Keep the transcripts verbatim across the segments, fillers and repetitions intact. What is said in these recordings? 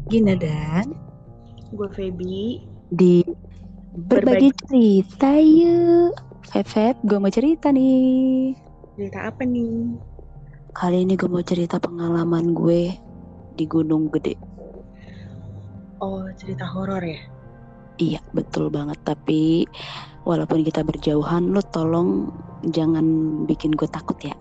Gina dan Gue Feby. di berbagi Berbagi cerita yuk. Feb Feb, gue mau cerita nih. cerita apa nih? Kali ini gue mau cerita pengalaman gue di Gunung Gede. Oh, cerita horor ya? Iya, betul banget. Tapi walaupun kita berjauhan, lu tolong jangan bikin gue takut ya.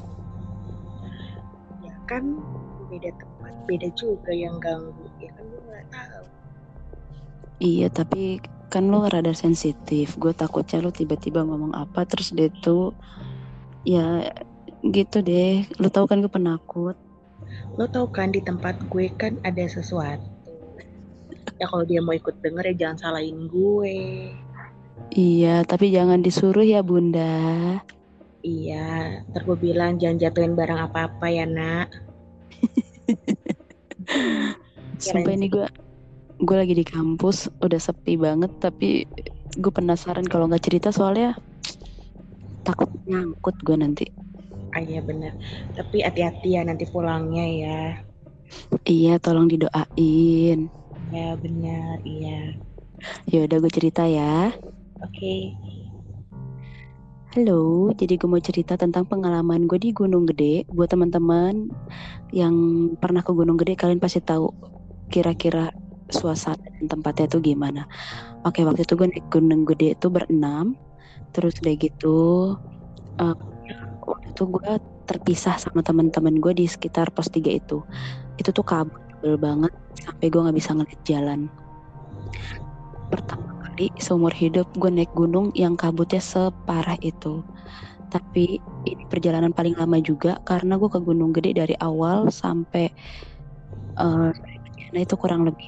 Ya kan beda tempat, beda juga yang ganggu. Ya kan gue nggak tahu. Iya, tapi kan lu rada sensitif. Gue takutnya lu tiba-tiba ngomong apa terus dia tuh ya gitu deh. Lu tahu kan gue penakut. Lo tau kan di tempat gue kan ada sesuatu. Ya kalau dia mau ikut denger ya jangan salahin gue. Iya, tapi jangan disuruh ya Bunda. Iya, ntar gue bilang jangan jatuhin barang apa-apa ya nak. Sumpah Kirain ini sih. gue gue lagi di kampus udah sepi banget, tapi gue penasaran kalau nggak cerita soalnya takut nyangkut gue nanti. Ah iya bener. Tapi hati-hati ya nanti pulangnya ya. Iya, tolong didoain. Ya bener, iya. Ya udah gue cerita ya. Oke. Halo, jadi gue mau cerita tentang pengalaman gue di Gunung Gede. Buat teman-teman yang pernah ke Gunung Gede, kalian pasti tahu kira-kira suasana dan tempatnya tuh gimana. Oke, waktu itu gue naik Gunung Gede itu berenam. Terus udah gitu, uh, waktu itu gue terpisah sama teman-teman gue di sekitar pos tiga itu. Itu tuh kabut tebel banget sampai gue nggak bisa ngeliat jalan. Pertama kali seumur hidup gue naik gunung yang kabutnya separah itu. Tapi ini perjalanan paling lama juga karena gue ke Gunung Gede dari awal sampai uh, nah itu kurang lebih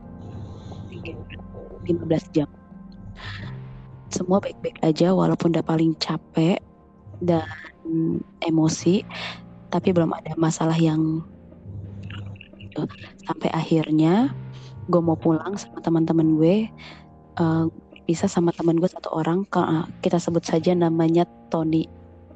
lima belas jam. Semua baik-baik aja walaupun udah paling capek dan emosi, tapi belum ada masalah yang gitu. Sampai akhirnya gue mau pulang sama teman-teman gue, uh, bisa sama teman gue satu orang, kita sebut saja namanya Tony.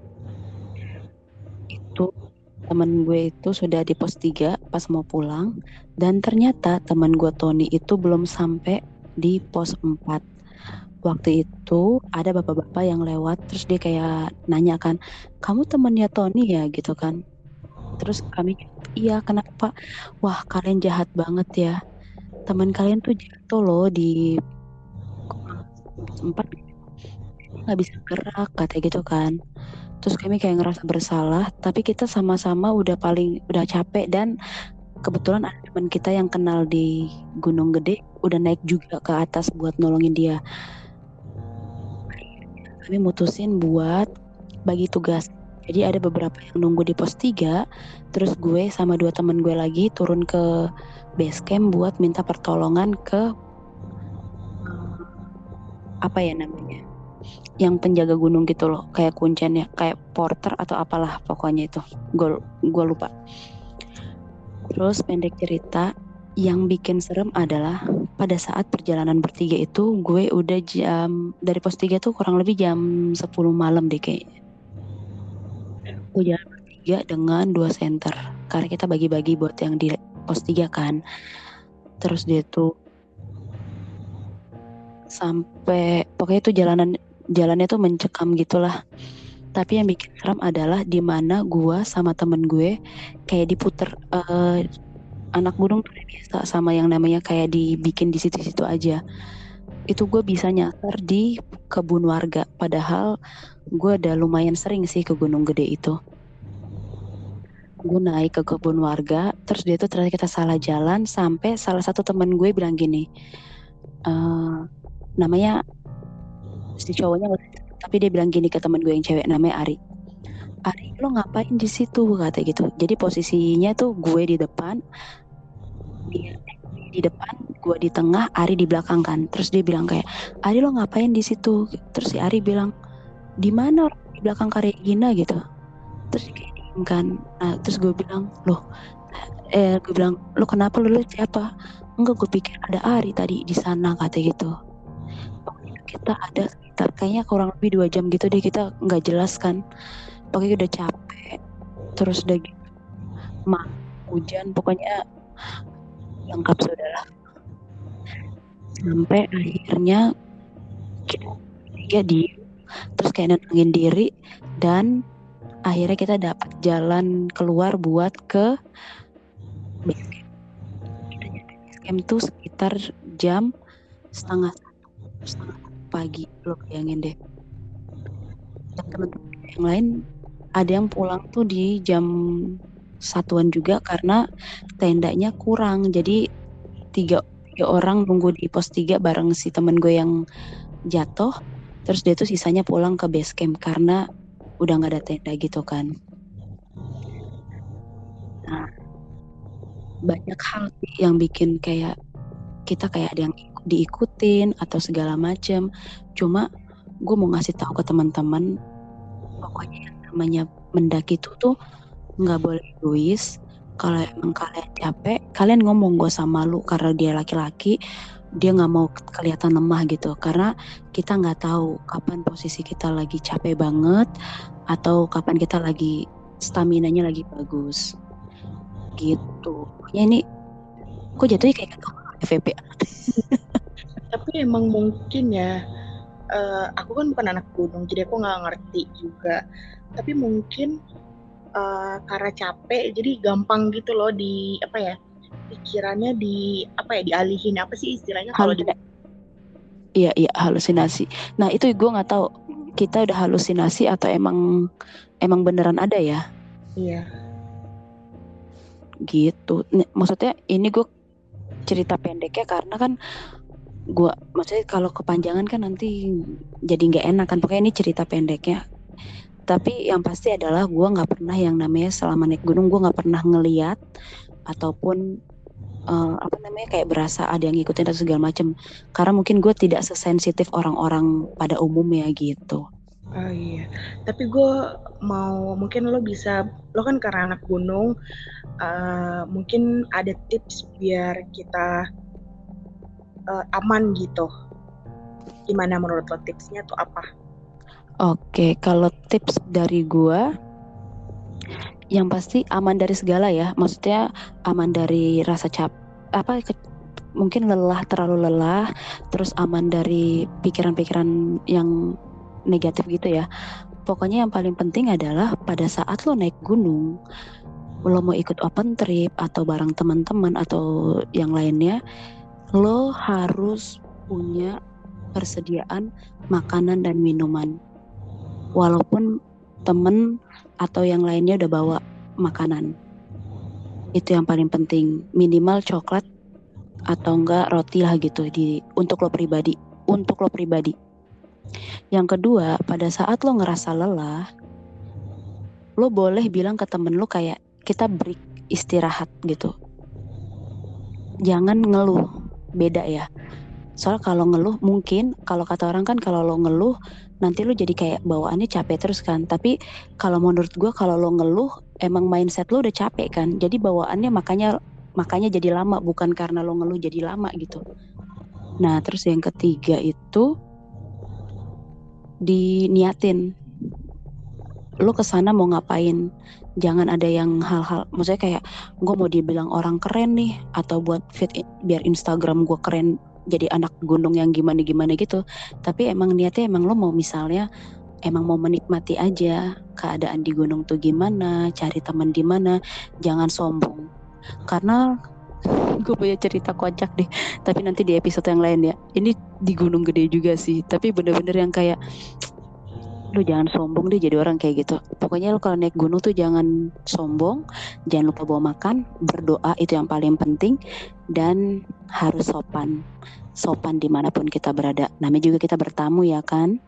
Itu teman gue itu sudah di pos tiga pas mau pulang, dan ternyata teman gue Tony itu belum sampai di pos empat. Waktu itu ada bapak-bapak yang lewat, terus dia kayak nanya kan, kamu temannya Tony ya gitu kan. Terus kami, iya kenapa? Wah kalian jahat banget ya, teman kalian tuh jatuh loh di empat, nggak bisa gerak katanya gitu kan. Terus kami kayak ngerasa bersalah, tapi kita sama-sama udah paling udah capek, dan kebetulan ada teman kita yang kenal di Gunung Gede udah naik juga ke atas buat nolongin dia. Kami mutusin buat bagi tugas. Jadi ada beberapa yang nunggu di pos tiga, terus gue sama dua teman gue lagi turun ke base camp buat minta pertolongan ke apa ya namanya, yang penjaga gunung gitu loh, kayak kuncinya, kayak porter atau apalah pokoknya itu. Gue gue lupa. Terus pendek cerita, yang bikin serem adalah pada saat perjalanan bertiga itu gue udah jam dari pos tiga tuh kurang lebih jam sepuluh malam deh kayaknya. Gue jalan bertiga dengan dua senter karena kita bagi-bagi buat yang di pos tiga kan. Terus dia tuh sampai pokoknya tuh jalanan jalannya tuh mencekam gitulah. Tapi yang bikin serem adalah di mana gue sama temen gue kayak diputer, uh, anak gunung tuh biasa sama yang namanya kayak dibikin di situ-situ aja. Itu gue bisa nyasar di kebun warga. Padahal gue udah lumayan sering sih ke Gunung Gede itu. Gue naik ke kebun warga, terus dia tuh ternyata kita salah jalan sampai salah satu temen gue bilang gini, uh, namanya si cowoknya, tapi dia bilang gini ke temen gue yang cewek namanya Ari. Ari, lo ngapain di situ kata gitu. Jadi posisinya tuh gue di depan, dia di depan, gue di tengah, Ari di belakang kan. Terus dia bilang kayak, Ari lo ngapain di situ? Terus si Ari bilang, di mana, di belakang Kak Regina gitu. Terus dia kayak diem kan. Nah terus gue bilang, loh, eh gue bilang, lo kenapa, lo, lo siapa? Enggak, gue pikir ada Ari tadi di sana kata gitu. Pokoknya kita ada sekitar kayaknya kurang lebih dua jam gitu deh, kita nggak jelas kan. Pokoknya udah capek. Terus udah gitu, mah hujan, pokoknya lengkap sudahlah. Sampai akhirnya kita tiga diem, terus kayak nenangin diri, dan akhirnya kita dapat jalan keluar buat ke base camp. Kita nyampe base camp tuh sekitar jam setengah satu, setengah satu pagi. Lo bayangin deh. Dan teman-teman yang lain ada yang pulang tuh di jam satuan juga karena tendanya kurang. Jadi tiga, tiga orang nunggu di pos tiga bareng si temen gue yang jatuh. Terus dia tuh sisanya pulang ke base camp karena udah gak ada tenda gitu kan. Nah, banyak hal yang bikin kayak kita kayak ada yang diikutin atau segala macem. Cuma gue mau ngasih tahu ke teman-teman, pokoknya yang namanya mendaki itu tuh nggak boleh egois. Kalau emang kalian capek, kalian ngomong gue sama lu, karena dia laki-laki, dia nggak mau kelihatan lemah gitu. Karena kita nggak tahu kapan posisi kita lagi capek banget atau kapan kita lagi stamina-nya lagi bagus. Gitu. Pokoknya ini kok jatuhnya kayak F V P. Tapi emang mungkin ya, uh, aku kan bukan anak gunung, jadi aku nggak ngerti juga. Tapi mungkin uh, karena capek, jadi gampang gitu loh di apa ya, pikirannya di apa ya, dialihin apa sih istilahnya kalau di Iya iya halusinasi. Nah itu gue nggak tahu kita udah halusinasi atau emang emang beneran ada ya. Iya. Gitu. Maksudnya ini gue cerita pendeknya karena kan gue maksudnya kalau kepanjangan kan nanti jadi nggak enak kan. Pokoknya ini cerita pendeknya. Tapi yang pasti adalah gue nggak pernah yang namanya selama naik gunung gue nggak pernah ngeliat ataupun uh, apa namanya kayak berasa ada yang ngikutin atau segala macem. Karena mungkin gue tidak sesensitif orang-orang pada umumnya gitu. Oh iya, tapi gue mau mungkin lo bisa, lo kan karena anak gunung, uh, mungkin ada tips biar kita uh, aman gitu. Gimana menurut lo tipsnya tuh apa? Oke, kalau tips dari gue, yang pasti aman dari segala ya. Maksudnya aman dari rasa cap, apa ke, mungkin lelah, terlalu lelah, terus aman dari pikiran-pikiran yang negatif gitu ya. Pokoknya yang paling penting adalah pada saat lo naik gunung, lo mau ikut open trip atau bareng teman-teman atau yang lainnya, lo harus punya persediaan makanan dan minuman. Walaupun temen atau yang lainnya udah bawa makanan, itu yang paling penting. Minimal coklat atau enggak roti lah gitu di untuk lo pribadi, untuk lo pribadi. Yang kedua, pada saat lo ngerasa lelah, lo boleh bilang ke temen lo kayak kita break, istirahat gitu. Jangan ngeluh, beda ya. Soal kalau ngeluh mungkin, kalau kata orang kan kalau lo ngeluh nanti lo jadi kayak bawaannya capek terus kan. Tapi kalau menurut gue kalau lo ngeluh emang mindset lo udah capek kan. Jadi bawaannya makanya makanya jadi lama, bukan karena lo ngeluh jadi lama gitu. Nah terus yang ketiga itu diniatin. Lo kesana mau ngapain? Jangan ada yang hal-hal, maksudnya kayak gue mau dibilang orang keren nih, atau buat fit biar Instagram gue keren jadi anak gunung yang gimana-gimana gitu. Tapi emang niatnya emang lo mau misalnya emang mau menikmati aja keadaan di gunung tuh gimana, cari teman di mana, jangan sombong. Karena gue punya cerita kocak deh, tapi nanti di episode yang lain ya. Ini di Gunung Gede juga sih, tapi bener-bener yang kayak lu jangan sombong deh jadi orang kayak gitu. Pokoknya lu kalau naik gunung tuh jangan sombong, jangan lupa bawa makan, berdoa itu yang paling penting, dan harus sopan. Sopan dimanapun kita berada. Namanya juga kita bertamu ya kan.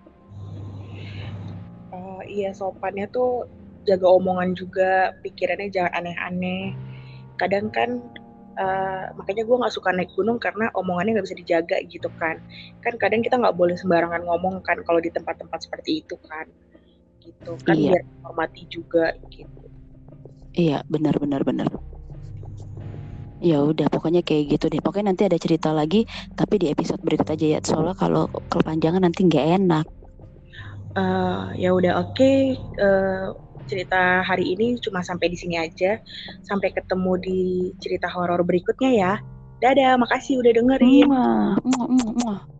Uh, iya sopannya tuh jaga omongan juga, pikirannya jangan aneh-aneh. Kadang kan uh, makanya gue nggak suka naik gunung karena omongannya nggak bisa dijaga gitu kan. Kan kadang kita nggak boleh sembarangan ngomong kan kalau di tempat-tempat seperti itu kan. Gitu kan Iya. biar menghormati juga gitu. Iya benar benar benar. Ya udah pokoknya kayak gitu deh. Pokoknya nanti ada cerita lagi tapi di episode berikut aja ya. Soalnya kalau kepanjangan nanti nggak enak. Uh, ya udah oke. Okay. Uh, cerita hari ini cuma sampai di sini aja. Sampai ketemu di cerita horor berikutnya ya. Dadah, makasih udah dengerin. Muah, muah, muah, muah.